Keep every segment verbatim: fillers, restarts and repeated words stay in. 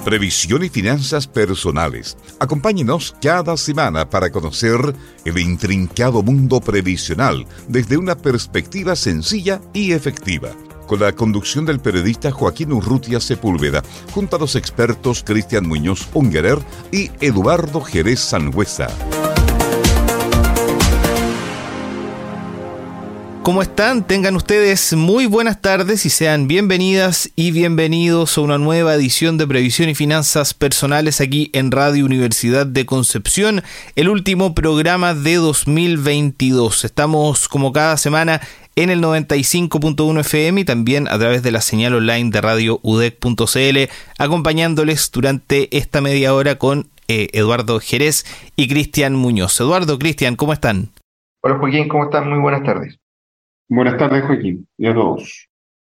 Previsión y finanzas personales. Acompáñenos cada semana para conocer el intrincado mundo previsional desde una perspectiva sencilla y efectiva. Con la conducción del periodista Joaquín Urrutia Sepúlveda, junto a los expertos Cristian Muñoz Ungerer y Eduardo Jerez Sangüesa. ¿Cómo están? Tengan ustedes muy buenas tardes y sean bienvenidas y bienvenidos a una nueva edición de Previsión y Finanzas Personales aquí en Radio Universidad de Concepción, el último programa de dos mil veintidós. Estamos como cada semana en el noventa y cinco punto uno F M y también a través de la señal online de radio u d e c punto c l, acompañándoles durante esta media hora con eh, Eduardo Jerez y Cristian Muñoz. Eduardo, Cristian, ¿cómo están? Hola Joaquín, ¿cómo están? Muy buenas tardes. Buenas tardes, Joaquín, y a todos.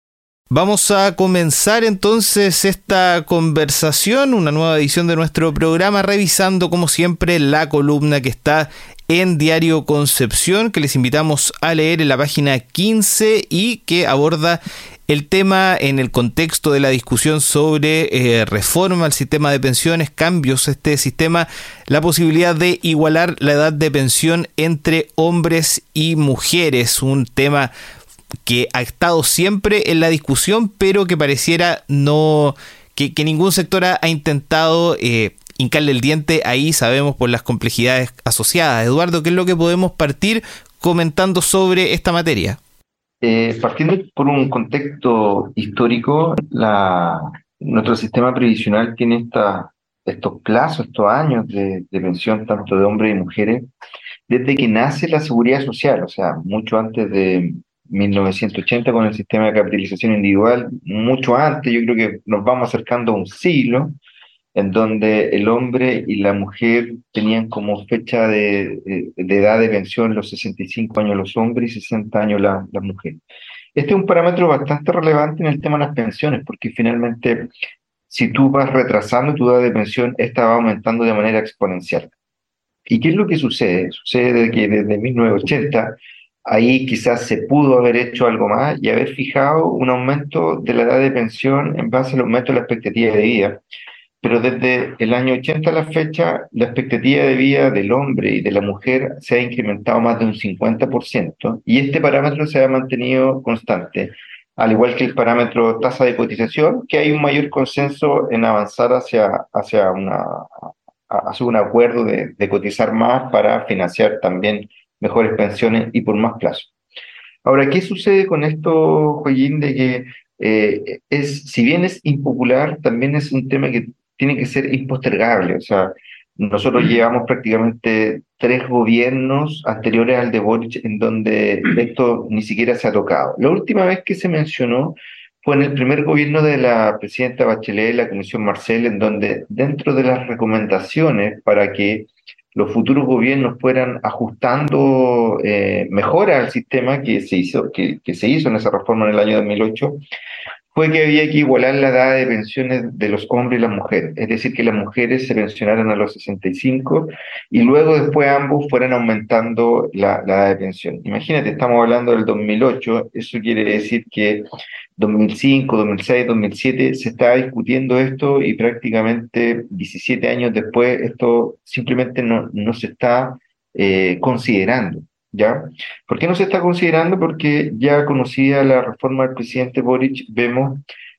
Vamos a comenzar entonces esta conversación, una nueva edición de nuestro programa, revisando como siempre la columna que está en Diario Concepción, que les invitamos a leer en la página quince y que aborda el tema en el contexto de la discusión sobre eh, reforma al sistema de pensiones, cambios a este sistema, la posibilidad de igualar la edad de pensión entre hombres y mujeres, un tema que ha estado siempre en la discusión, pero que pareciera no que, que ningún sector ha, ha intentado eh, hincarle el diente ahí, sabemos por las complejidades asociadas. Eduardo, ¿qué es lo que podemos partir comentando sobre esta materia? Eh, partiendo por un contexto histórico, la, nuestro sistema previsional tiene esta, estos plazos, estos años de, de pensión, tanto de hombres y mujeres, desde que nace la seguridad social, o sea, mucho antes de mil novecientos ochenta con el sistema de capitalización individual, mucho antes, yo creo que nos vamos acercando a un siglo, en donde el hombre y la mujer tenían como fecha de, de, de edad de pensión los sesenta y cinco años los hombres y sesenta años las la mujeres. Este es un parámetro bastante relevante en el tema de las pensiones, porque finalmente, si tú vas retrasando tu edad de pensión, esta va aumentando de manera exponencial. ¿Y qué es lo que sucede? Sucede que desde mil novecientos ochenta, ahí quizás se pudo haber hecho algo más y haber fijado un aumento de la edad de pensión en base al aumento de la expectativa de vida. Pero desde el año ochenta a la fecha, la expectativa de vida del hombre y de la mujer se ha incrementado más de un cincuenta por ciento y este parámetro se ha mantenido constante, al igual que el parámetro tasa de cotización, que hay un mayor consenso en avanzar hacia, hacia, una, hacia un acuerdo de, de cotizar más para financiar también mejores pensiones y por más plazo. Ahora, ¿qué sucede con esto, Joaquín? De que eh, es, si bien es impopular, también es un tema que tiene que ser impostergable. O sea, nosotros llevamos prácticamente tres gobiernos anteriores al de Boric en donde esto ni siquiera se ha tocado. La última vez que se mencionó fue en el primer gobierno de la presidenta Bachelet, la Comisión Marcel, en donde dentro de las recomendaciones para que los futuros gobiernos fueran ajustando eh, mejoras al sistema que se hizo, que, que se hizo en esa reforma en el año dos mil ocho, fue que había que igualar la edad de pensiones de los hombres y las mujeres, es decir, que las mujeres se pensionaran a los sesenta y cinco y luego después ambos fueran aumentando la, la edad de pensión. Imagínate, estamos hablando del dos mil ocho, eso quiere decir que dos mil cinco, dos mil seis, dos mil siete se estaba discutiendo esto y prácticamente diecisiete años después esto simplemente no, no se está eh, considerando. ¿Ya? ¿Por qué no se está considerando? Porque ya conocida la reforma del presidente Boric, vemos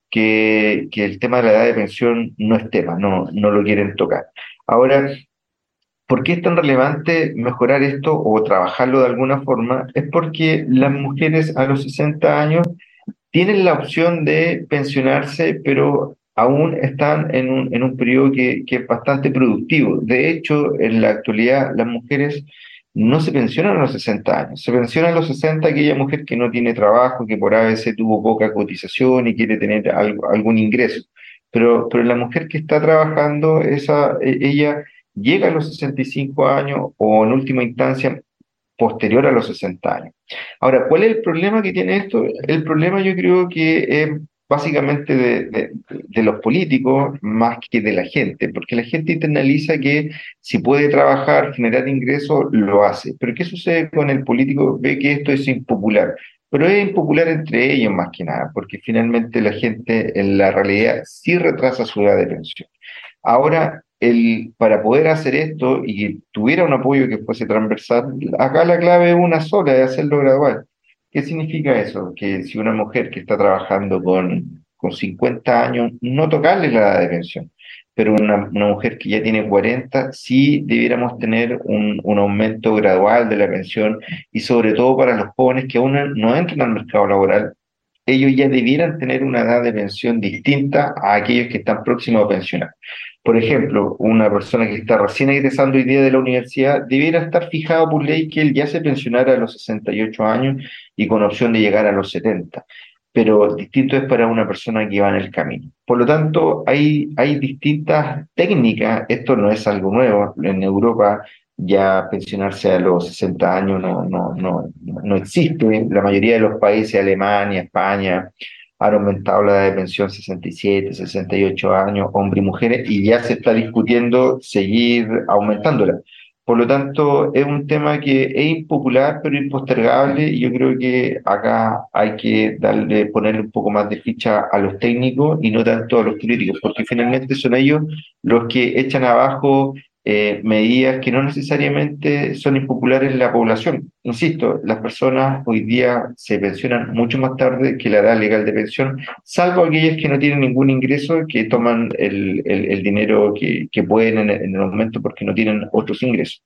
que, que el tema de la edad de pensión no es tema, no, no lo quieren tocar. Ahora, ¿por qué es tan relevante mejorar esto o trabajarlo de alguna forma? Es porque las mujeres a los sesenta años tienen la opción de pensionarse, pero aún están en un, en un periodo que, que es bastante productivo. De hecho, en la actualidad, las mujeres no se pensionan a los sesenta años, se pensiona a los sesenta aquella mujer que no tiene trabajo, que por A B C tuvo poca cotización y quiere tener algo, algún ingreso. Pero, pero la mujer que está trabajando, esa, ella llega a los sesenta y cinco años o en última instancia posterior a los sesenta años. Ahora, ¿cuál es el problema que tiene esto? El problema yo creo que es básicamente de, de, de los políticos más que de la gente, porque la gente internaliza que si puede trabajar, generar ingresos, lo hace. Pero ¿qué sucede con el político? Ve que esto es impopular. pero es impopular entre ellos más que nada, porque finalmente la gente en la realidad sí retrasa su edad de pensión. Ahora, el, para poder hacer esto y que tuviera un apoyo que fuese transversal, acá la clave es una sola, es hacerlo gradual. ¿Qué significa eso? Que si una mujer que está trabajando con, con cincuenta años, no tocarle la edad de pensión, pero una, una mujer que ya tiene cuarenta, sí debiéramos tener un, un aumento gradual de la pensión y sobre todo para los jóvenes que aún no entran al mercado laboral, ellos ya debieran tener una edad de pensión distinta a aquellos que están próximos a pensionar. Por ejemplo, una persona que está recién egresando hoy día de la universidad debiera estar fijado por ley que él ya se pensionara a los sesenta y ocho años y con opción de llegar a los setenta. Pero distinto es para una persona que va en el camino. Por lo tanto, hay, hay distintas técnicas. Esto no es algo nuevo. En Europa ya pensionarse a los sesenta años no, no, no, no existe. La mayoría de los países, Alemania, España, han aumentado la edad de pensión sesenta y siete, sesenta y ocho años, hombres y mujeres, y ya se está discutiendo seguir aumentándola. Por lo tanto, es un tema que es impopular, pero impostergable, y yo creo que acá hay que darle, ponerle un poco más de ficha a los técnicos y no tanto a los políticos, porque finalmente son ellos los que echan abajo eh, medidas que no necesariamente son impopulares en la población. Insisto, las personas hoy día se pensionan mucho más tarde que la edad legal de pensión, salvo aquellas que no tienen ningún ingreso, que toman el, el, el dinero que, que pueden en el, en el momento porque no tienen otros ingresos.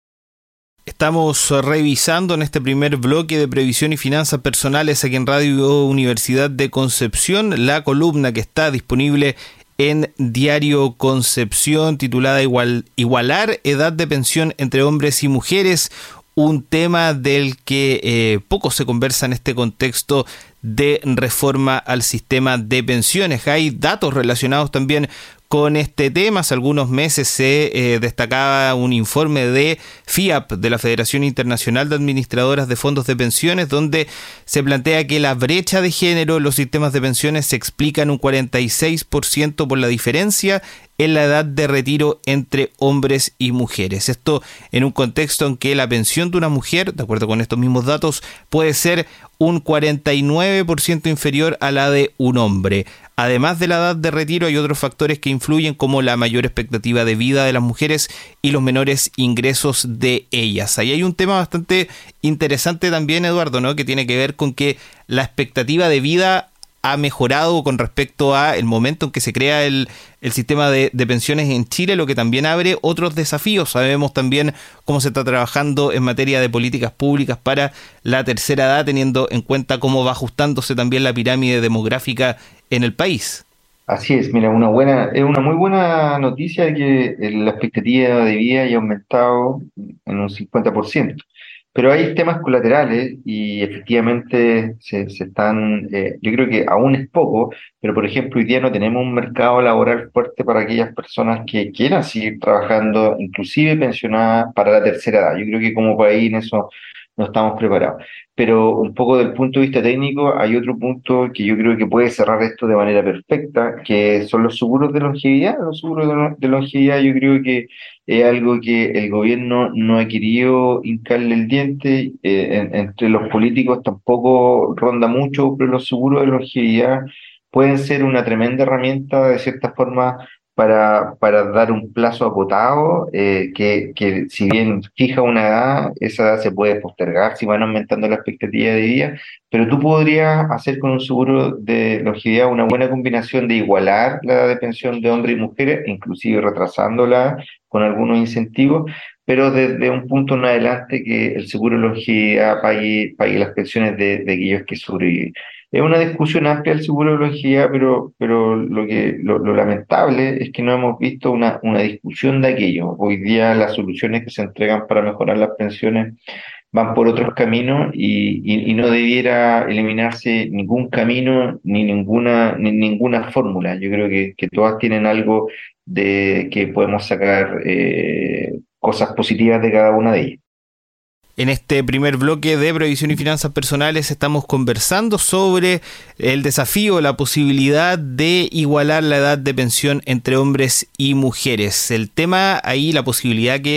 Estamos revisando en este primer bloque de Previsión y Finanzas Personales aquí en Radio Universidad de Concepción la columna que está disponible en Diario Concepción titulada Igual, Igualar edad de pensión entre hombres y mujeres, un tema del que eh, poco se conversa en este contexto de reforma al sistema de pensiones. Hay datos relacionados también con este tema. Hace algunos meses se eh, destacaba un informe de F I A P, de la Federación Internacional de Administradoras de Fondos de Pensiones, donde se plantea que la brecha de género en los sistemas de pensiones se explica en un cuarenta y seis por ciento por la diferencia en la edad de retiro entre hombres y mujeres. Esto en un contexto en que la pensión de una mujer, de acuerdo con estos mismos datos, puede ser un cuarenta y nueve por ciento inferior a la de un hombre. Además de la edad de retiro, hay otros factores que influyen, como la mayor expectativa de vida de las mujeres y los menores ingresos de ellas. Ahí hay un tema bastante interesante también, Eduardo, ¿no?, que tiene que ver con que la expectativa de vida ha mejorado con respecto a el momento en que se crea el, el sistema de, de pensiones en Chile, lo que también abre otros desafíos. Sabemos también cómo se está trabajando en materia de políticas públicas para la tercera edad, teniendo en cuenta cómo va ajustándose también la pirámide demográfica en el país. Así es, mira, una buena, es una muy buena noticia que la expectativa de vida haya aumentado en un cincuenta por ciento. Pero hay temas colaterales y efectivamente se, se están, eh, yo creo que aún es poco, pero por ejemplo hoy día no tenemos un mercado laboral fuerte para aquellas personas que quieran seguir trabajando, inclusive pensionadas para la tercera edad. Yo creo que como país en eso no estamos preparados. Pero un poco del punto de vista técnico, hay otro punto que yo creo que puede cerrar esto de manera perfecta, que son los seguros de longevidad. Los seguros de, de longevidad yo creo que es algo que el gobierno no ha querido hincarle el diente, eh, en, entre los políticos tampoco ronda mucho, pero los seguros de longevidad pueden ser una tremenda herramienta de cierta forma para, para dar un plazo acotado, eh, que, que si bien fija una edad, esa edad se puede postergar si van aumentando la expectativa de vida, pero tú podrías hacer con un seguro de longevidad una buena combinación de igualar la edad de pensión de hombres y mujeres, inclusive retrasándola con algunos incentivos, pero desde un punto en adelante que el seguro de longevidad pague, pague las pensiones de, de aquellos que sobreviven. Es una discusión amplia el seguro de longevidad, pero, pero lo, que, lo, lo lamentable es que no hemos visto una, una discusión de aquello. Hoy día las soluciones que se entregan para mejorar las pensiones van por otros caminos y, y, y no debiera eliminarse ningún camino ni ninguna, ni ninguna fórmula. Yo creo que, que todas tienen algo de que podemos sacar eh, cosas positivas de cada una de ellas. En este primer bloque de Previsión y Finanzas Personales estamos conversando sobre el desafío, la posibilidad de igualar la edad de pensión entre hombres y mujeres. El tema ahí, la posibilidad que,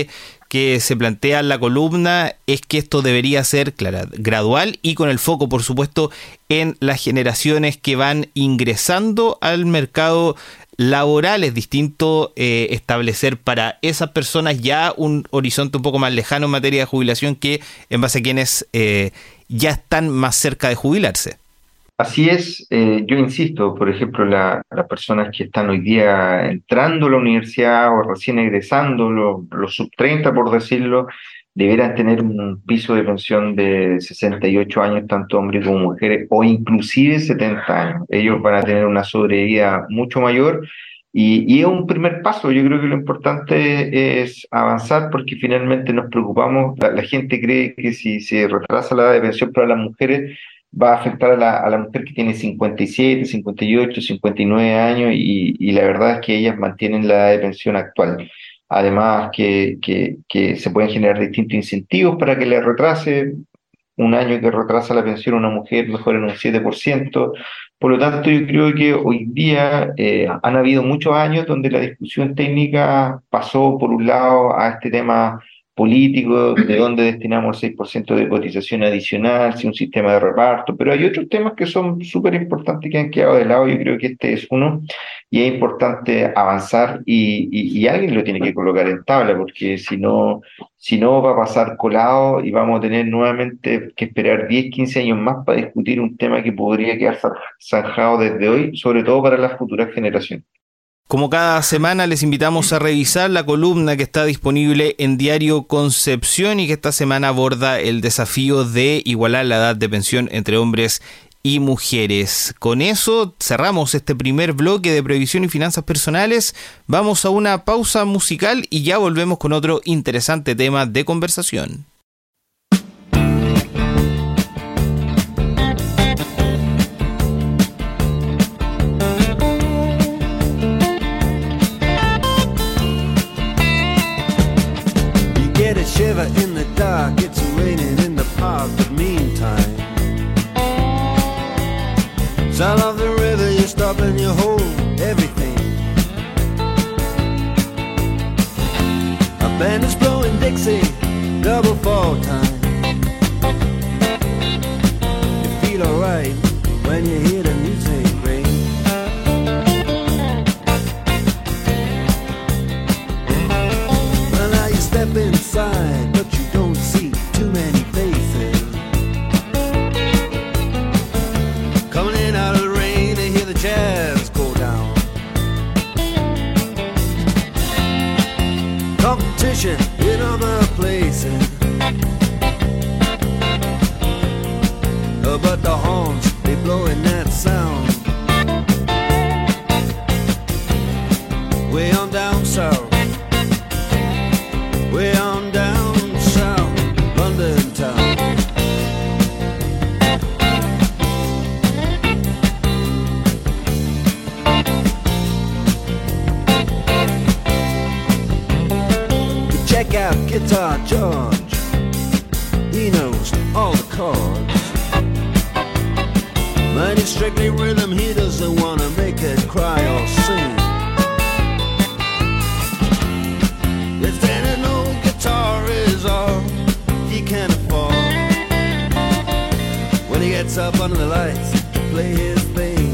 que se plantea en la columna es que esto debería ser, claro, gradual y con el foco, por supuesto, en las generaciones que van ingresando al mercado laboral. Es distinto eh, establecer para esas personas ya un horizonte un poco más lejano en materia de jubilación que en base a quienes eh, ya están más cerca de jubilarse. Así es, eh, yo insisto, por ejemplo, la, las personas que están hoy día entrando a la universidad o recién egresando, lo, los sub treinta por decirlo, deberán tener un piso de pensión de sesenta y ocho años, tanto hombres como mujeres, o inclusive setenta años. Ellos van a tener una sobrevida mucho mayor y, y es un primer paso. Yo creo que lo importante es avanzar porque finalmente nos preocupamos, la, la gente cree que si se retrasa la edad de pensión para las mujeres, va a afectar a la, a la mujer que tiene cincuenta y siete, cincuenta y ocho, cincuenta y nueve años y, y la verdad es que ellas mantienen la edad de pensión actual. Además que, que, que se pueden generar distintos incentivos para que le retrase. Un año que retrasa la pensión a una mujer mejora en un siete por ciento. Por lo tanto, yo creo que hoy día eh, han habido muchos años donde la discusión técnica pasó por un lado a este tema político, de dónde destinamos el seis por ciento de cotización adicional, si un sistema de reparto, pero hay otros temas que son súper importantes que han quedado de lado. Yo creo que este es uno y es importante avanzar y, y, y alguien lo tiene que colocar en tabla, porque si no, si no va a pasar colado y vamos a tener nuevamente que esperar diez, quince años más para discutir un tema que podría quedar zanjado desde hoy, sobre todo para las futuras generaciones. Como cada semana les invitamos a revisar la columna que está disponible en Diario Concepción y que esta semana aborda el desafío de igualar la edad de pensión entre hombres y mujeres. Con eso cerramos este primer bloque de previsión y finanzas personales. Vamos a una pausa musical y ya volvemos con otro interesante tema de conversación. Shiver in the dark, it's raining in the park, but meantime sound of the river, you stop and you hold everything. A band is blowing Dixie, double fall time. You feel alright when you hear the music ring. Well, now you step inside, but you don't see too many faces. Coming in out of the rain to hear the jazz go down. Competition in other places, uh, but the horns, they blowing that sound. Way on down south, way on down south, London town. You check out Guitar George, he knows all the chords. But it's strictly rhythm, he doesn't wanna make it cry or sing. If any old guitar is all he can afford, when he gets up under the lights to play his thing.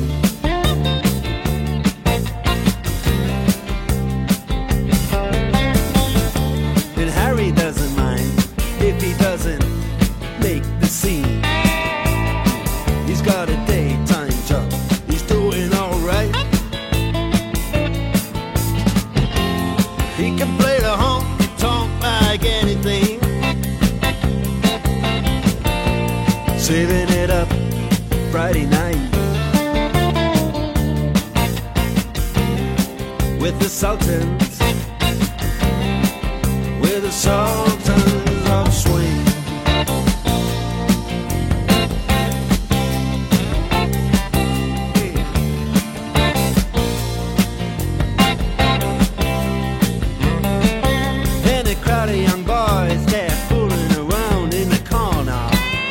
And Harry doesn't mind if he doesn't make the scene. He's got a daytime job, he's doing alright. He can play the honky tonk like anything, saving it up Friday night with the Sultans, with the Sultans of Swing. Young boys, they're fooling around in the corner,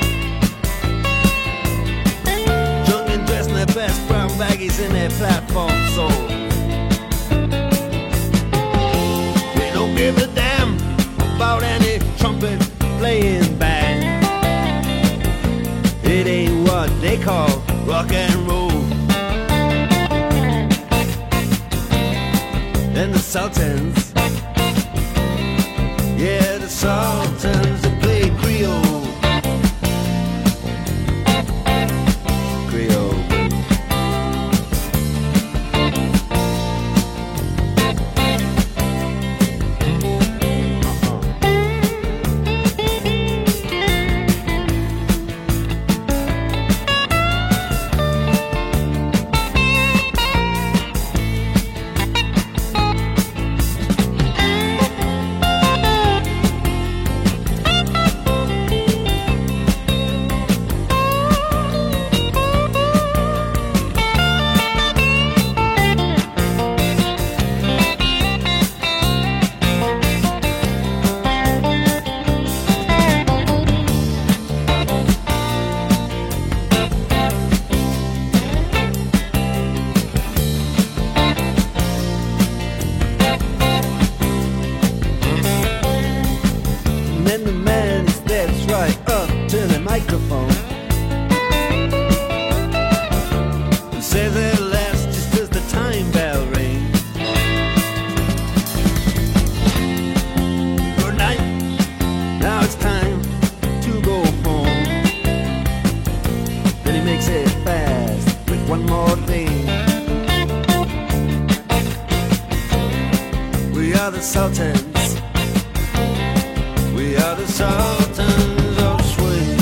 drunk and dressed in their best brown baggies in their platform soles. They don't give a damn about rock and roll. And the Sultans, yeah, the Sultans that play Creole. Creole. Sultans, we are the Sultans of Swing.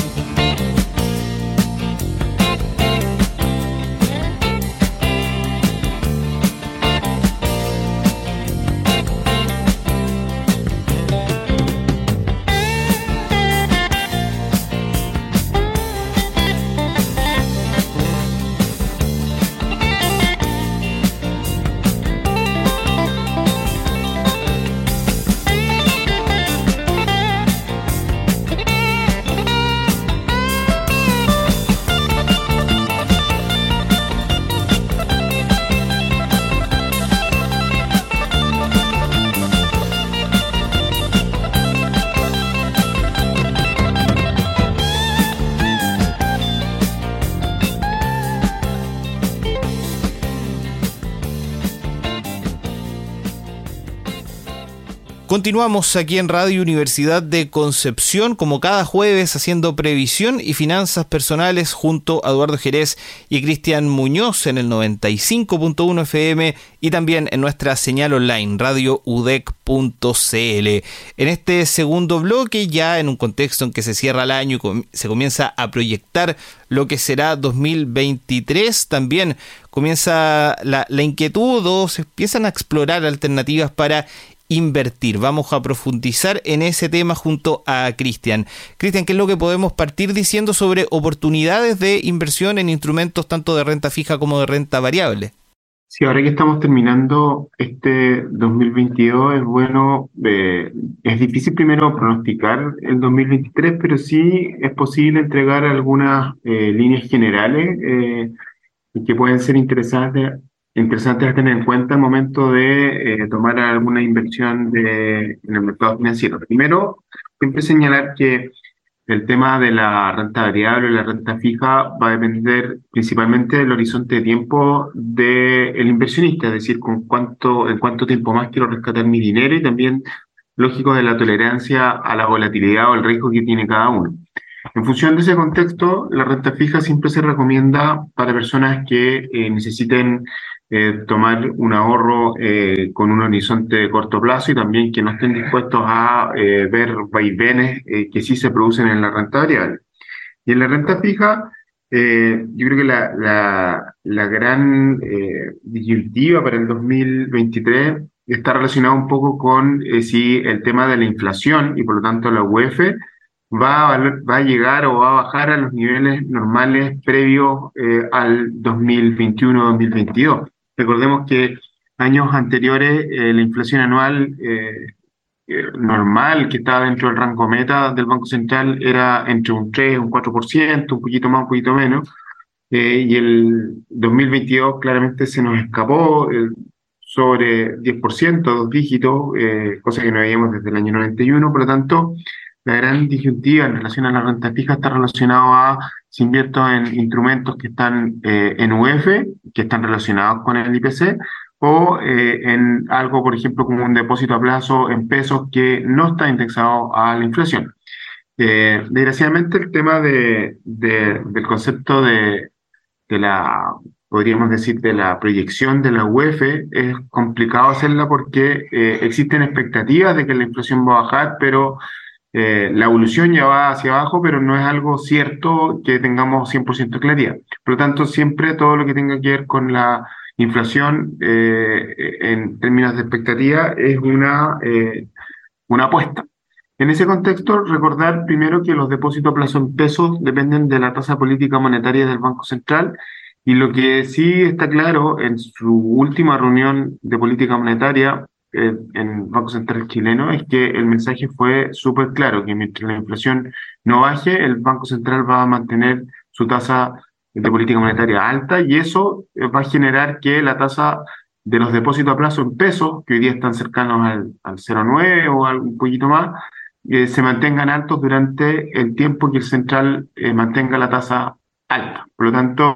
Continuamos aquí en Radio Universidad de Concepción, como cada jueves, haciendo previsión y finanzas personales junto a Eduardo Jerez y Cristian Muñoz en el noventa y cinco punto uno F M y también en nuestra señal online, radio u d e c punto c l. En este segundo bloque, ya en un contexto en que se cierra el año y com- se comienza a proyectar lo que será dos mil veintitrés, también comienza la, la inquietud o se empiezan a explorar alternativas para invertir. Vamos a profundizar en ese tema junto a Cristian. Cristian, ¿qué es lo que podemos partir diciendo sobre oportunidades de inversión en instrumentos tanto de renta fija como de renta variable? Sí, ahora que estamos terminando este dos mil veintidós, es bueno, eh, es difícil primero pronosticar el dos mil veintitrés, pero sí es posible entregar algunas eh, líneas generales eh, que pueden ser interesantes Interesante a tener en cuenta al momento de eh, tomar alguna inversión de, en el mercado financiero. Primero, siempre señalar que el tema de la renta variable y la renta fija va a depender principalmente del horizonte de tiempo del inversionista, es decir, con cuánto, en cuánto tiempo más quiero rescatar mi dinero y también, lógico, de la tolerancia a la volatilidad o el riesgo que tiene cada uno. En función de ese contexto, la renta fija siempre se recomienda para personas que eh, necesiten Eh, tomar un ahorro eh, con un horizonte de corto plazo y también que no estén dispuestos a eh, ver vaivenes eh, que sí se producen en la renta variable. Y en la renta fija, eh, yo creo que la, la, la gran eh, disyuntiva para el dos mil veintitrés está relacionada un poco con eh, si el tema de la inflación y por lo tanto la U E F va a, va a llegar o va a bajar a los niveles normales previos eh, al dos mil veintiuno dos mil veintidós. Recordemos que años anteriores eh, la inflación anual eh, eh, normal, que estaba dentro del rango meta del Banco Central, era entre un tres, un cuatro por ciento, un poquito más, un poquito menos, eh, y el dos mil veintidós claramente se nos escapó eh, sobre diez por ciento, dos dígitos, eh, cosa que no veíamos desde el año noventa y uno, por lo tanto, la gran disyuntiva en relación a la renta fija está relacionado a si invierto en instrumentos que están eh, en U F, que están relacionados con el I P C, o eh, en algo, por ejemplo, como un depósito a plazo en pesos que no está indexado a la inflación. Eh, desgraciadamente, el tema de, de- del concepto de, de la, podríamos decir, de la proyección de la U E F es complicado hacerla porque eh, existen expectativas de que la inflación va a bajar, pero eh, la evolución ya va hacia abajo, pero no es algo cierto que tengamos cien por ciento claridad. Por lo tanto, siempre todo lo que tenga que ver con la inflación eh, en términos de expectativa es una, eh, una apuesta. En ese contexto, recordar primero que los depósitos a plazo en pesos dependen de la tasa política monetaria del Banco Central y lo que sí está claro en su última reunión de política monetaria eh, en el Banco Central chileno es que el mensaje fue súper claro, que mientras la inflación no baje, el Banco Central va a mantener su tasa de política monetaria alta y eso eh, va a generar que la tasa de los depósitos a plazo en pesos, que hoy día están cercanos al, al cero coma nueve o al- un poquito más, eh, se mantengan altos durante el tiempo que el central eh, mantenga la tasa alta. Por lo tanto,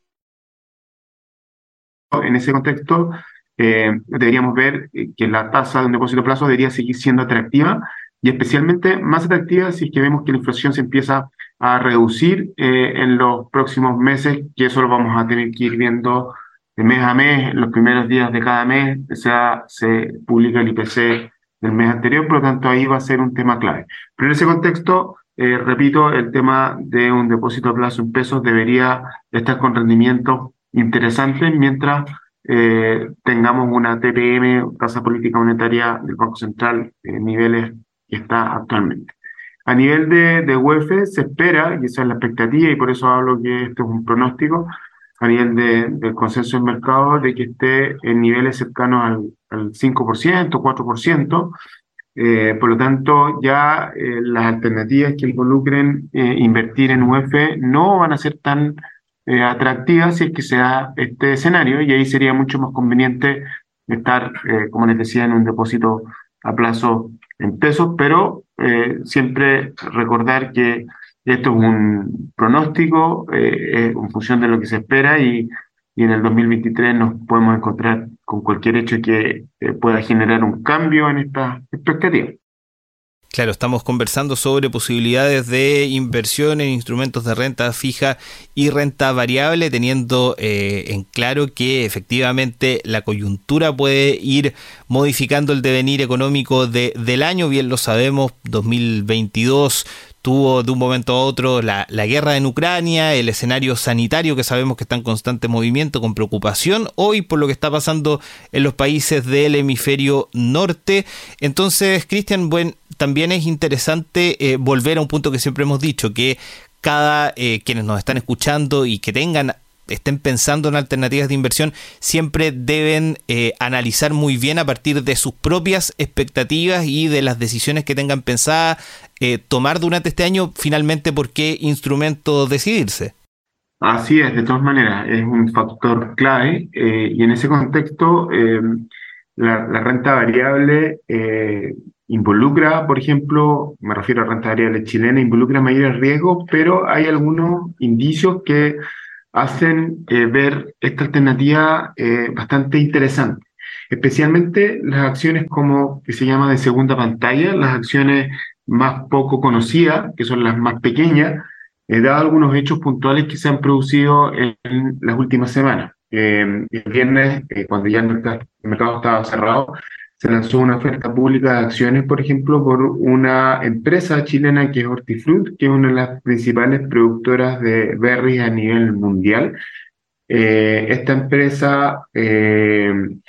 en ese contexto, eh, deberíamos ver eh, que la tasa de un depósito a plazo debería seguir siendo atractiva y especialmente más atractiva si es que vemos que la inflación se empieza a reducir eh, en los próximos meses, que eso lo vamos a tener que ir viendo de mes a mes, en los primeros días de cada mes, o sea, se publica el I P C del mes anterior, por lo tanto ahí va a ser un tema clave. Pero en ese contexto, eh, repito, el tema de un depósito a plazo en pesos debería estar con rendimientos interesantes mientras eh, tengamos una T P M, tasa política monetaria del Banco Central, en niveles que está actualmente. A nivel de, de U E F se espera, y esa es la expectativa, y por eso hablo que esto es un pronóstico, a nivel de, del consenso del mercado, de que esté en niveles cercanos al, al cinco por ciento, cuatro por ciento. Eh, por lo tanto, ya eh, las alternativas que involucren eh, invertir en U E F no van a ser tan eh, atractivas si es que se da este escenario, y ahí sería mucho más conveniente estar, eh, como les decía, en un depósito a plazo en pesos, pero eh, siempre recordar que esto es un pronóstico eh, eh, en función de lo que se espera y, y en el dos mil veintitrés nos podemos encontrar con cualquier hecho que eh, pueda generar un cambio en esta expectativa. Claro, estamos conversando sobre posibilidades de inversión en instrumentos de renta fija y renta variable, teniendo eh, en claro que efectivamente la coyuntura puede ir modificando el devenir económico de, del año. Bien lo sabemos, dos mil veintidós tuvo de un momento a otro la, la guerra en Ucrania, el escenario sanitario que sabemos que está en constante movimiento, con preocupación hoy por lo que está pasando en los países del hemisferio norte. Entonces, Cristian, bueno, también es interesante eh, volver a un punto que siempre hemos dicho, que cada eh, quienes nos están escuchando y que tengan estén pensando en alternativas de inversión, siempre deben eh, analizar muy bien a partir de sus propias expectativas y de las decisiones que tengan pensadas eh, tomar durante este año, finalmente por qué instrumento decidirse. Así es, de todas maneras, es un factor clave eh, y en ese contexto eh, la, la renta variable eh, involucra, por ejemplo, me refiero a renta variable chilena, involucra mayores riesgos, pero hay algunos indicios que hacen eh, ver esta alternativa eh, bastante interesante. Especialmente las acciones como que se llama de segunda pantalla, las acciones más poco conocidas, que son las más pequeñas, eh, dado algunos hechos puntuales que se han producido en, en las últimas semanas. Eh, el viernes, eh, cuando ya el mercado, el mercado estaba cerrado, se lanzó una oferta pública de acciones, por ejemplo, por una empresa chilena que es Hortifruti, que es una de las principales productoras de berries a nivel mundial. Eh, esta empresa, eh,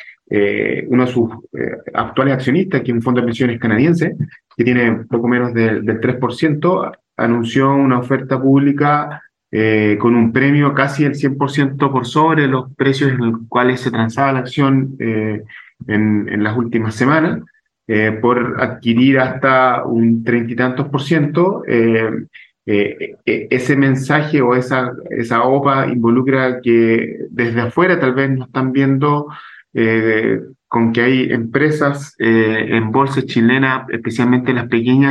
eh, uno de sus eh, actuales accionistas, que es un fondo de pensiones canadiense, que tiene poco menos de, del tres por ciento, anunció una oferta pública eh, con un premio casi el cien por ciento por sobre los precios en los cuales se transaba la acción eh, en, en las últimas semanas, eh, por adquirir hasta un treinta y tantos por ciento. Eh, eh, eh, ese mensaje o esa, esa O P A involucra que desde afuera tal vez nos están viendo eh, con que hay empresas eh, en bolsa chilena, especialmente las pequeñas,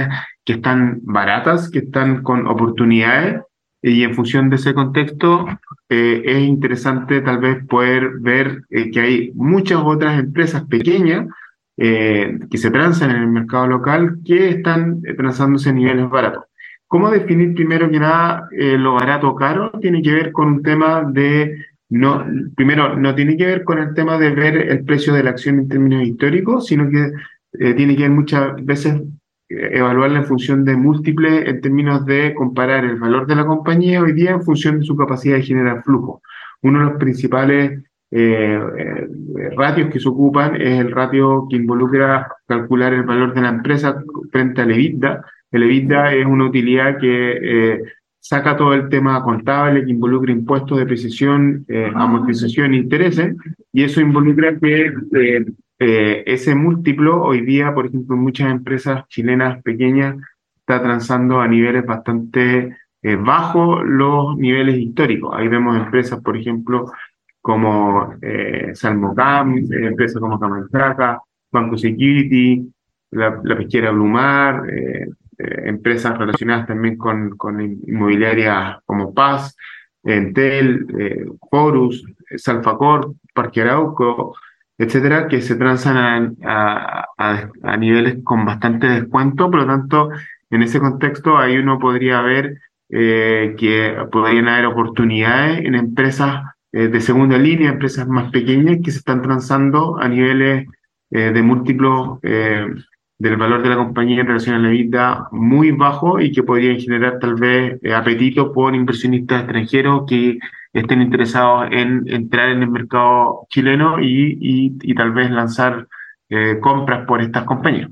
que están baratas, que están con oportunidades, y en función de ese contexto eh, es interesante tal vez poder ver eh, que hay muchas otras empresas pequeñas eh, que se transan en el mercado local que están eh, transándose a niveles baratos. ¿Cómo definir primero que nada eh, lo barato o caro? Tiene que ver con un tema de, no, primero, no tiene que ver con el tema de ver el precio de la acción en términos históricos, sino que eh, tiene que ver muchas veces evaluarla en función de múltiples en términos de comparar el valor de la compañía hoy día en función de su capacidad de generar flujo. Uno de los principales eh, eh, ratios que se ocupan es el ratio que involucra calcular el valor de la empresa frente al EBITDA. El EBITDA es una utilidad que eh, saca todo el tema contable, que involucra impuestos, depreciación, eh, amortización e intereses, y eso involucra que eh, Eh, ese múltiplo hoy día, por ejemplo, en muchas empresas chilenas pequeñas, está transando a niveles bastante eh, bajos los niveles históricos. Ahí vemos empresas, por ejemplo, como eh, Salmocam, eh, empresas como Camanchaca, Banco Security, la, la pesquera Blumar, eh, eh, empresas relacionadas también con, con inmobiliarias como Paz, Entel, eh, Forus, Salfacor, Parque Arauco, etcétera, que se transan a, a, a, a niveles con bastante descuento. Por lo tanto, en ese contexto ahí uno podría ver eh, que podrían haber oportunidades en empresas eh, de segunda línea, empresas más pequeñas que se están transando a niveles eh, de múltiplos eh, del valor de la compañía en relación a la EBITDA muy bajo, y que podrían generar tal vez eh, apetito por inversionistas extranjeros que estén interesados en entrar en el mercado chileno y, y, y tal vez lanzar eh, compras por estas compañías.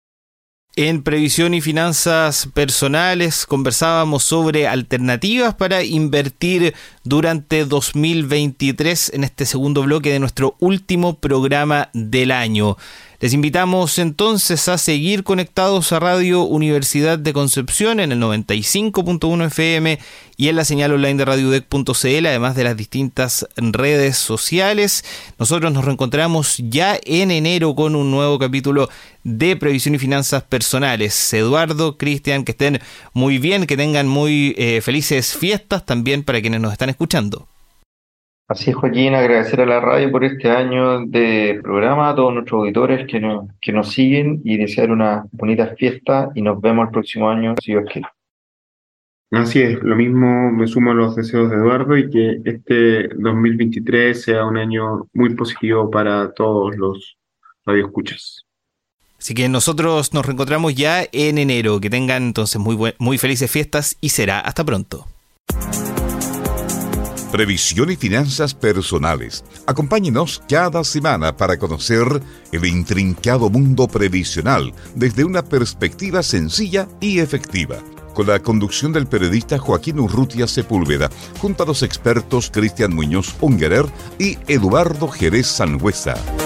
En Previsión y Finanzas Personales conversábamos sobre alternativas para invertir durante dos mil veintitrés en este segundo bloque de nuestro último programa del año. Les invitamos entonces a seguir conectados a Radio Universidad de Concepción en el noventa y cinco punto uno F M y en la señal online de radio u d e c punto c l, además de las distintas redes sociales. Nosotros nos reencontramos ya en enero con un nuevo capítulo de Previsión y Finanzas Personales. Eduardo, Cristian, que estén muy bien, que tengan muy eh, felices fiestas también para quienes nos están escuchando. Así es, Joaquín, agradecer a la radio por este año de programa, a todos nuestros auditores que nos, que nos siguen, y desear una bonita fiesta, y nos vemos el próximo año, si Dios quiere. Así es, lo mismo me sumo a los deseos de Eduardo, y que este dos mil veintitrés sea un año muy positivo para todos los radioescuchas. Así que nosotros nos reencontramos ya en enero. Que tengan entonces muy, buen, muy felices fiestas, y será hasta pronto. Previsión y Finanzas Personales. Acompáñenos cada semana para conocer el intrincado mundo previsional desde una perspectiva sencilla y efectiva. Con la conducción del periodista Joaquín Urrutia Sepúlveda, junto a los expertos Cristian Muñoz Ungerer y Eduardo Jerez Sangüesa.